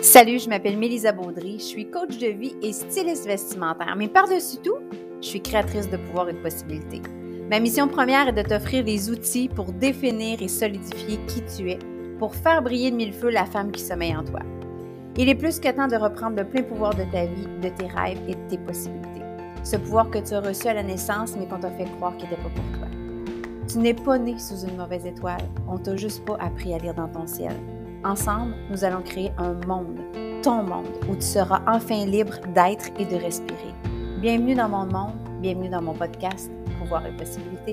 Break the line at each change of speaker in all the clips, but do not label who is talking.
Salut, je m'appelle Mélisa Baudry, je suis coach de vie et styliste vestimentaire, mais par-dessus tout, je suis créatrice de pouvoir et de possibilités. Ma mission première est de t'offrir les outils pour définir et solidifier qui tu es, pour faire briller de mille feux la femme qui sommeille en toi. Il est plus que temps de reprendre le plein pouvoir de ta vie, de tes rêves et de tes possibilités. Ce pouvoir que tu as reçu à la naissance, mais qu'on t'a fait croire qu'il n'était pas pour toi. Tu n'es pas né sous une mauvaise étoile, on t'a juste pas appris à lire dans ton ciel. Ensemble, nous allons créer un monde, ton monde, où tu seras enfin libre d'être et de respirer. Bienvenue dans mon monde, bienvenue dans mon podcast Pouvoir et possibilités.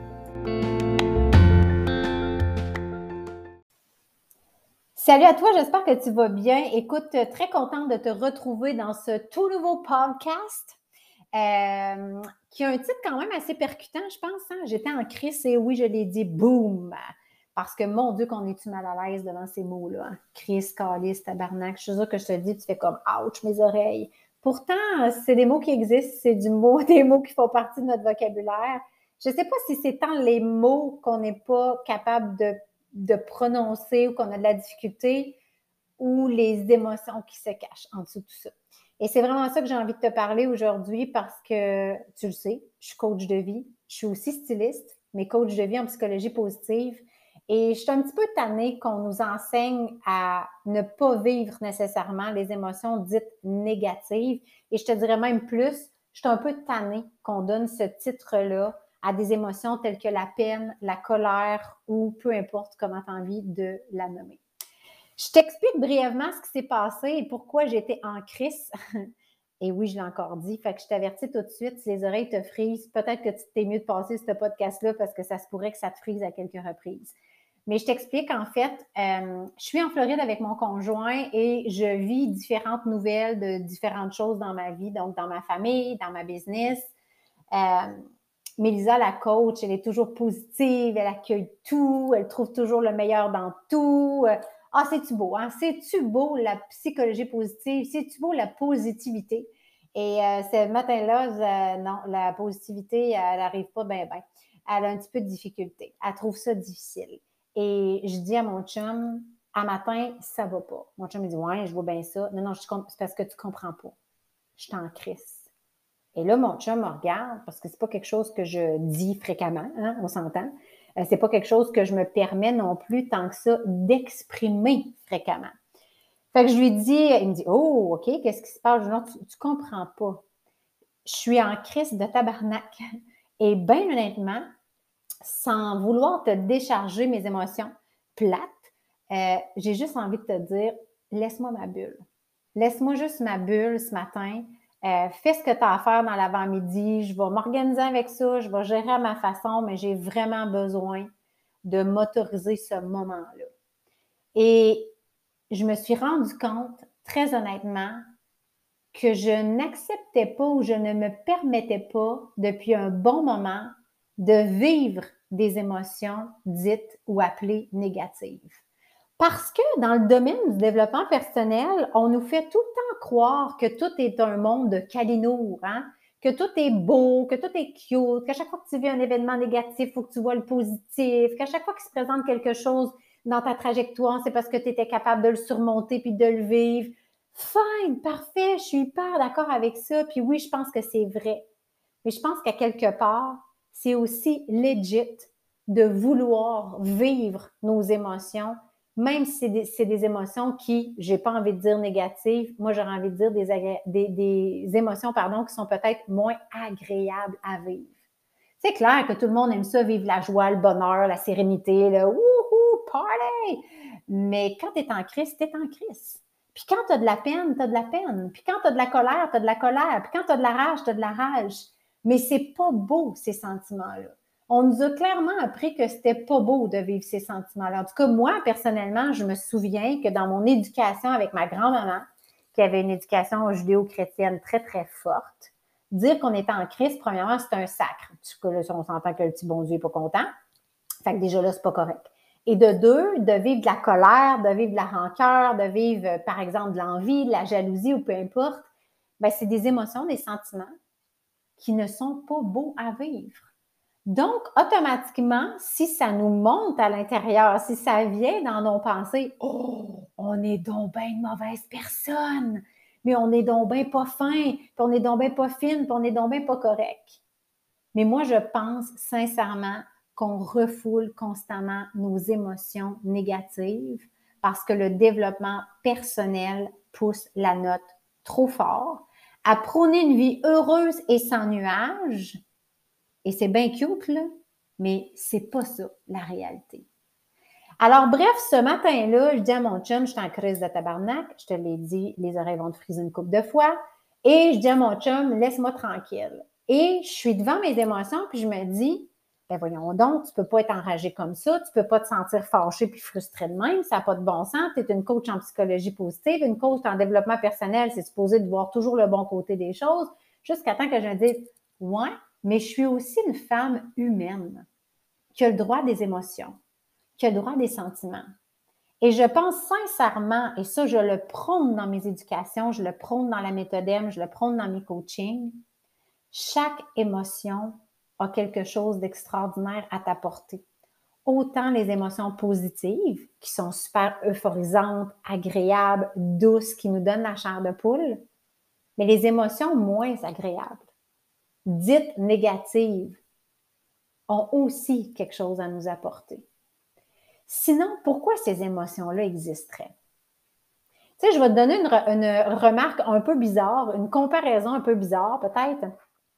Salut à toi, j'espère que tu vas bien. Écoute, très contente de te retrouver dans ce tout nouveau podcast qui a un titre quand même assez percutant, je pense. Hein? J'étais en crise et oui, je l'ai dit, boum! Parce que, mon Dieu, qu'on est-tu mal à l'aise devant ces mots-là. Hein? Crise, calice, tabarnak. Je suis sûre que je te dis, tu fais comme « ouch, mes oreilles ». Pourtant, c'est des mots qui existent, c'est des mots qui font partie de notre vocabulaire. Je ne sais pas si c'est tant les mots qu'on n'est pas capable de prononcer ou qu'on a de la difficulté ou les émotions qui se cachent en dessous de tout ça. Et c'est vraiment ça que j'ai envie de te parler aujourd'hui parce que, tu le sais, je suis coach de vie, je suis aussi styliste, mais coach de vie en psychologie positive. Et je suis un petit peu tannée qu'on nous enseigne à ne pas vivre nécessairement les émotions dites négatives. Et je te dirais même plus, je suis un peu tannée qu'on donne ce titre-là à des émotions telles que la peine, la colère ou peu importe comment tu as envie de la nommer. Je t'explique brièvement ce qui s'est passé et pourquoi j'étais en crise. Et oui, je l'ai encore dit. Fait que je t'avertis tout de suite, si les oreilles te frisent, peut-être que tu t'es mieux de passer ce podcast-là parce que ça se pourrait que ça te frise à quelques reprises. Mais je t'explique, en fait, je suis en Floride avec mon conjoint et je vis différentes nouvelles de différentes choses dans ma vie, donc dans ma famille, dans ma business. Mélisa, la coach, elle est toujours positive, elle accueille tout, elle trouve toujours le meilleur dans tout. Ah, c'est-tu beau, hein? C'est-tu beau la psychologie positive? C'est-tu beau la positivité? Et ce matin-là, non, la positivité, elle n'arrive pas bien. Elle a un petit peu de difficulté. Elle trouve ça difficile. Et je dis à mon chum, à matin, ça va pas. Mon chum me dit, ouais, je vois bien ça. Non, c'est parce que tu comprends pas. Je suis en crise. Et là, mon chum me regarde parce que c'est pas quelque chose que je dis fréquemment, hein, on s'entend. C'est pas quelque chose que je me permets non plus tant que ça d'exprimer fréquemment. Fait que je lui dis, il me dit, oh, OK, qu'est-ce qui se passe? Je dis, non, tu comprends pas. Je suis en crise de tabarnak. Et bien honnêtement, sans vouloir te décharger mes émotions plates, j'ai juste envie de te dire, laisse-moi ma bulle. Laisse-moi juste ma bulle ce matin. Fais ce que tu as à faire dans l'avant-midi. Je vais m'organiser avec ça. Je vais gérer à ma façon, mais j'ai vraiment besoin de m'autoriser ce moment-là. Et je me suis rendu compte, très honnêtement, que je n'acceptais pas ou je ne me permettais pas, depuis un bon moment, de vivre des émotions dites ou appelées négatives. Parce que dans le domaine du développement personnel, on nous fait tout le temps croire que tout est un monde de calinours, hein? Que tout est beau, que tout est cute, qu'à chaque fois que tu vis un événement négatif, il faut que tu vois le positif, qu'à chaque fois qu'il se présente quelque chose dans ta trajectoire, c'est parce que tu étais capable de le surmonter puis de le vivre. Fine, parfait, je suis hyper d'accord avec ça, puis oui, je pense que c'est vrai. Mais je pense qu'à quelque part, c'est aussi legit de vouloir vivre nos émotions, même si c'est des émotions qui, j'ai pas envie de dire négatives, moi j'aurais envie de dire des émotions qui sont peut-être moins agréables à vivre. C'est clair que tout le monde aime ça, vivre la joie, le bonheur, la sérénité, le wouhou, party! Mais quand tu es en crise, tu es en crise. Puis quand tu as de la peine, tu as de la peine. Puis quand tu as de la colère, tu as de la colère. Puis quand tu as de la rage, tu as de la rage. Mais c'est pas beau, ces sentiments-là. On nous a clairement appris que c'était pas beau de vivre ces sentiments-là. En tout cas, moi, personnellement, je me souviens que dans mon éducation avec ma grand-maman, qui avait une éducation judéo-chrétienne très, très forte, dire qu'on était en crise, premièrement, c'est un sacre. En tout cas, là, on s'entend que le petit bon Dieu n'est pas content. Fait que déjà là, c'est pas correct. Et de deux, de vivre de la colère, de vivre de la rancœur, de vivre, par exemple, de l'envie, de la jalousie ou peu importe, ben c'est des émotions, des sentiments qui ne sont pas beaux à vivre. Donc, automatiquement, si ça nous monte à l'intérieur, si ça vient dans nos pensées, oh, on est donc bien une mauvaise personne, mais on est donc bien pas fin, puis on est donc bien pas fine, puis on est donc bien pas correct. Mais moi, je pense sincèrement qu'on refoule constamment nos émotions négatives parce que le développement personnel pousse la note trop fort. À prôner une vie heureuse et sans nuages, et c'est bien cute, là, mais c'est pas ça, la réalité. Alors, bref, ce matin-là, je dis à mon chum, je suis en crise de tabarnak, je te l'ai dit, les oreilles vont te friser une couple de fois, et je dis à mon chum, laisse-moi tranquille. Et je suis devant mes émotions, puis je me dis, ben voyons donc, tu peux pas être enragé comme ça, tu peux pas te sentir fâché puis frustré de même, ça n'a pas de bon sens, tu es une coach en psychologie positive, une coach en développement personnel, c'est supposé de voir toujours le bon côté des choses, jusqu'à temps que je me dise, ouais, mais je suis aussi une femme humaine qui a le droit des émotions, qui a le droit des sentiments. Et je pense sincèrement, et ça, je le prône dans mes éducations, je le prône dans la méthode M, je le prône dans mes coachings, chaque émotion a quelque chose d'extraordinaire à t'apporter. Autant les émotions positives, qui sont super euphorisantes, agréables, douces, qui nous donnent la chair de poule, mais les émotions moins agréables, dites négatives, ont aussi quelque chose à nous apporter. Sinon, pourquoi ces émotions-là existeraient? Tu sais, je vais te donner une remarque un peu bizarre, une comparaison un peu bizarre peut-être.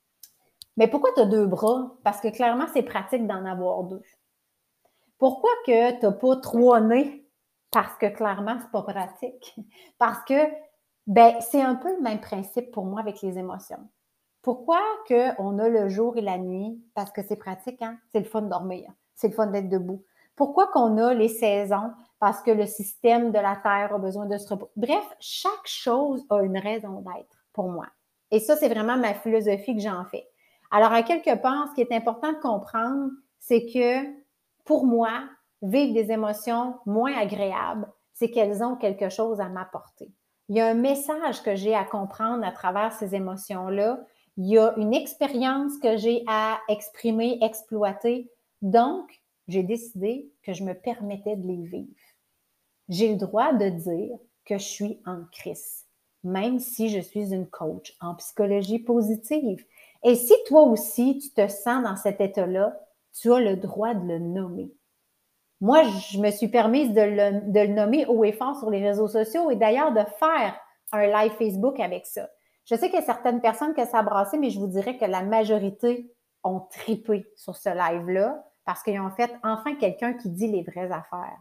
Mais pourquoi tu as deux bras? Parce que clairement, c'est pratique d'en avoir deux. Pourquoi que tu n'as pas trois nez? Parce que clairement, c'est pas pratique. Parce que, ben, c'est un peu le même principe pour moi avec les émotions. Pourquoi qu'on a le jour et la nuit? Parce que c'est pratique, hein? C'est le fun de dormir. C'est le fun d'être debout. Pourquoi qu'on a les saisons? Parce que le système de la Terre a besoin de se reposer. Bref, chaque chose a une raison d'être pour moi. Et ça, c'est vraiment ma philosophie que j'en fais. Alors, à quelque part, ce qui est important de comprendre, c'est que pour moi, vivre des émotions moins agréables, c'est qu'elles ont quelque chose à m'apporter. Il y a un message que j'ai à comprendre à travers ces émotions-là. Il y a une expérience que j'ai à exprimer, exploiter. Donc, j'ai décidé que je me permettais de les vivre. J'ai le droit de dire que je suis en crise, même si je suis une coach en psychologie positive. Et si toi aussi, tu te sens dans cet état-là, tu as le droit de le nommer. Moi, je me suis permise de le nommer haut et fort sur les réseaux sociaux et d'ailleurs de faire un live Facebook avec ça. Je sais qu'il y a certaines personnes que ça a brassé, mais je vous dirais que la majorité ont tripé sur ce live-là parce qu'ils ont fait enfin quelqu'un qui dit les vraies affaires.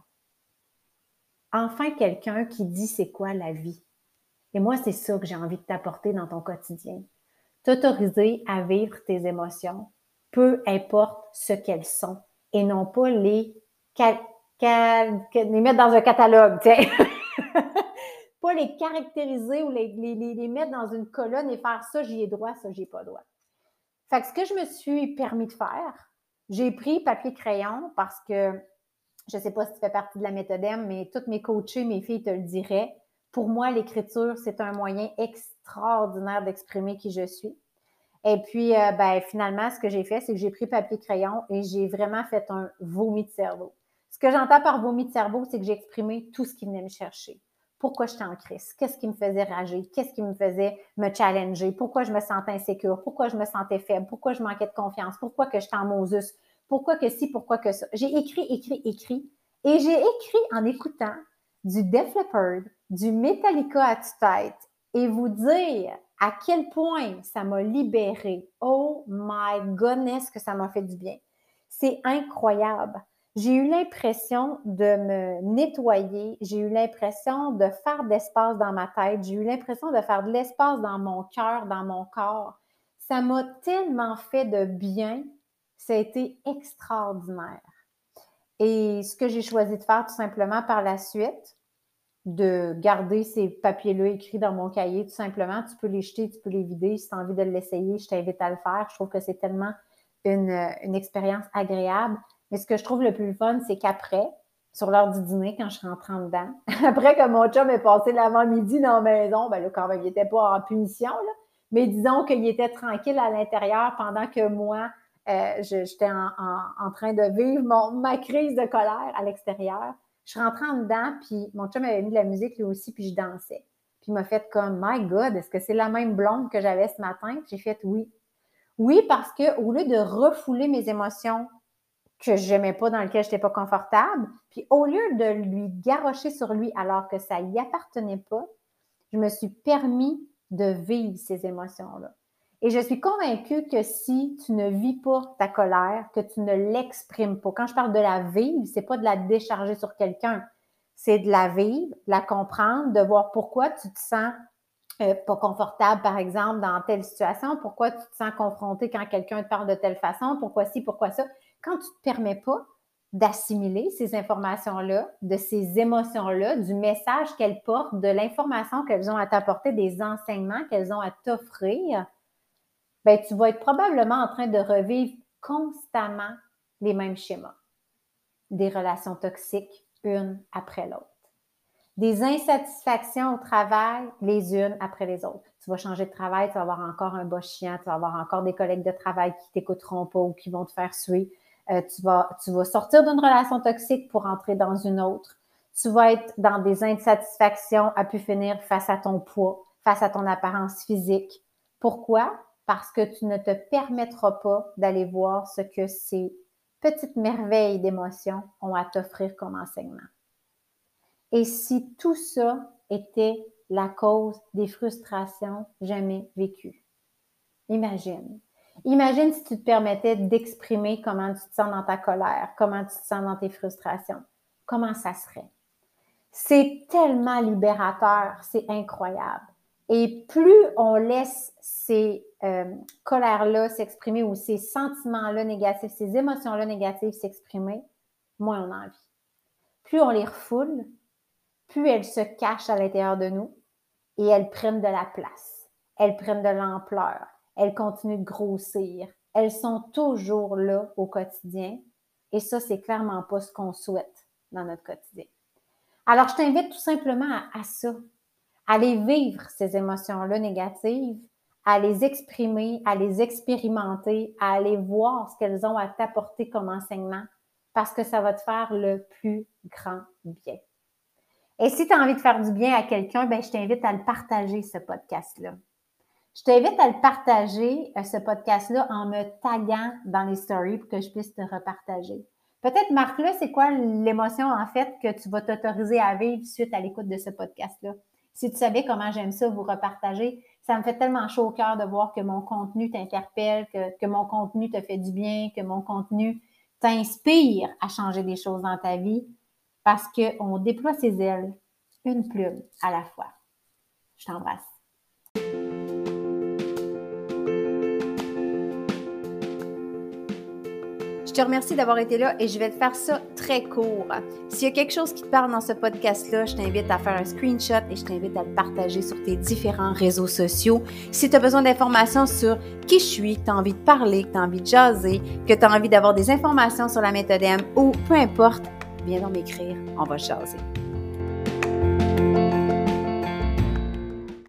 Enfin quelqu'un qui dit c'est quoi la vie. Et moi, c'est ça que j'ai envie de t'apporter dans ton quotidien. T'autoriser à vivre tes émotions, peu importe ce qu'elles sont, et non pas les mettre dans un catalogue, tiens. Pas les caractériser ou les mettre dans une colonne et faire ça, j'y ai droit, ça, j'y ai pas droit. Fait que ce que je me suis permis de faire, j'ai pris papier-crayon parce que je ne sais pas si tu fais partie de la méthode M, mais toutes mes coachées, mes filles te le diraient. Pour moi, l'écriture, c'est un moyen extraordinaire d'exprimer qui je suis. Et puis, ben, finalement, ce que j'ai fait, c'est que j'ai pris papier-crayon et j'ai vraiment fait un vomi de cerveau. Ce que j'entends par vomi de cerveau, c'est que j'ai exprimé tout ce qui venait me chercher. Pourquoi j'étais en crise? Qu'est-ce qui me faisait rager? Qu'est-ce qui me faisait me challenger? Pourquoi je me sentais insécure? Pourquoi je me sentais faible? Pourquoi je manquais de confiance? Pourquoi que j'étais en Moses? Pourquoi que ci? Pourquoi que ça? J'ai écrit. Et j'ai écrit en écoutant du Def Leppard, du Metallica à tue-tête et vous dire à quel point ça m'a libérée. Oh my goodness que ça m'a fait du bien. C'est incroyable. J'ai eu l'impression de me nettoyer, j'ai eu l'impression de faire de l'espace dans ma tête, j'ai eu l'impression de faire de l'espace dans mon cœur, dans mon corps. Ça m'a tellement fait de bien, ça a été extraordinaire. Et ce que j'ai choisi de faire tout simplement par la suite, de garder ces papiers-là écrits dans mon cahier, tout simplement. Tu peux les jeter, tu peux les vider. Si tu as envie de l'essayer, je t'invite à le faire. Je trouve que c'est tellement une expérience agréable. Mais ce que je trouve le plus fun, c'est qu'après, sur l'heure du dîner, quand je rentre en dedans, après que mon chum est passé l'avant-midi dans la maison, ben là, quand même, il n'était pas en punition, là, mais disons qu'il était tranquille à l'intérieur pendant que moi, J'étais en train de vivre ma crise de colère à l'extérieur. Je suis rentrée en dedans, puis mon chum avait mis de la musique lui aussi, puis je dansais. Puis il m'a fait comme « My God, est-ce que c'est la même blonde que j'avais ce matin? » Puis j'ai fait « Oui. » Oui, parce qu'au lieu de refouler mes émotions que je n'aimais pas, dans lesquelles je n'étais pas confortable, puis au lieu de lui garrocher sur lui alors que ça y appartenait pas, je me suis permis de vivre ces émotions-là. Et je suis convaincue que si tu ne vis pas ta colère, que tu ne l'exprimes pas, quand je parle de la vivre, c'est pas de la décharger sur quelqu'un, c'est de la vivre, de la comprendre, de voir pourquoi tu te sens pas confortable, par exemple, dans telle situation, pourquoi tu te sens confronté quand quelqu'un te parle de telle façon, pourquoi ci, pourquoi ça. Quand tu ne te permets pas d'assimiler ces informations-là, de ces émotions-là, du message qu'elles portent, de l'information qu'elles ont à t'apporter, des enseignements qu'elles ont à t'offrir, ben, tu vas être probablement en train de revivre constamment les mêmes schémas. Des relations toxiques, une après l'autre. Des insatisfactions au travail, les unes après les autres. Tu vas changer de travail, tu vas avoir encore un boss chiant, tu vas avoir encore des collègues de travail qui t'écouteront pas ou qui vont te faire suer. Tu vas sortir d'une relation toxique pour entrer dans une autre. Tu vas être dans des insatisfactions à pu finir face à ton poids, face à ton apparence physique. Pourquoi? Parce que tu ne te permettras pas d'aller voir ce que ces petites merveilles d'émotions ont à t'offrir comme enseignement. Et si tout ça était la cause des frustrations jamais vécues? Imagine. Imagine si tu te permettais d'exprimer comment tu te sens dans ta colère, comment tu te sens dans tes frustrations. Comment ça serait? C'est tellement libérateur, c'est incroyable. Et plus on laisse ces colères-là s'exprimer ou ces sentiments-là négatifs, ces émotions-là négatives s'exprimer, moins on a envie. Plus on les refoule, plus elles se cachent à l'intérieur de nous et elles prennent de la place. Elles prennent de l'ampleur. Elles continuent de grossir. Elles sont toujours là au quotidien. Et ça, c'est clairement pas ce qu'on souhaite dans notre quotidien. Alors, je t'invite tout simplement à ça, à aller vivre ces émotions-là négatives, à les exprimer, à les expérimenter, à aller voir ce qu'elles ont à t'apporter comme enseignement, parce que ça va te faire le plus grand bien. Et si tu as envie de faire du bien à quelqu'un, ben, je t'invite à le partager, ce podcast-là. Je t'invite à le partager, ce podcast-là, en me taguant dans les stories pour que je puisse te repartager. Peut-être, Marc-là, c'est quoi l'émotion, en fait, que tu vas t'autoriser à vivre suite à l'écoute de ce podcast-là? Si tu savais comment j'aime ça, vous repartager, ça me fait tellement chaud au cœur de voir que mon contenu t'interpelle, que mon contenu te fait du bien, que mon contenu t'inspire à changer des choses dans ta vie, parce qu'on déploie ses ailes, une plume à la fois. Je t'embrasse. Je te remercie d'avoir été là et je vais te faire ça très court. S'il y a quelque chose qui te parle dans ce podcast-là, je t'invite à faire un screenshot et je t'invite à le partager sur tes différents réseaux sociaux. Si tu as besoin d'informations sur qui je suis, que tu as envie de parler, que tu as envie de jaser, que tu as envie d'avoir des informations sur la méthode M ou peu importe, viens donc m'écrire, on va jaser.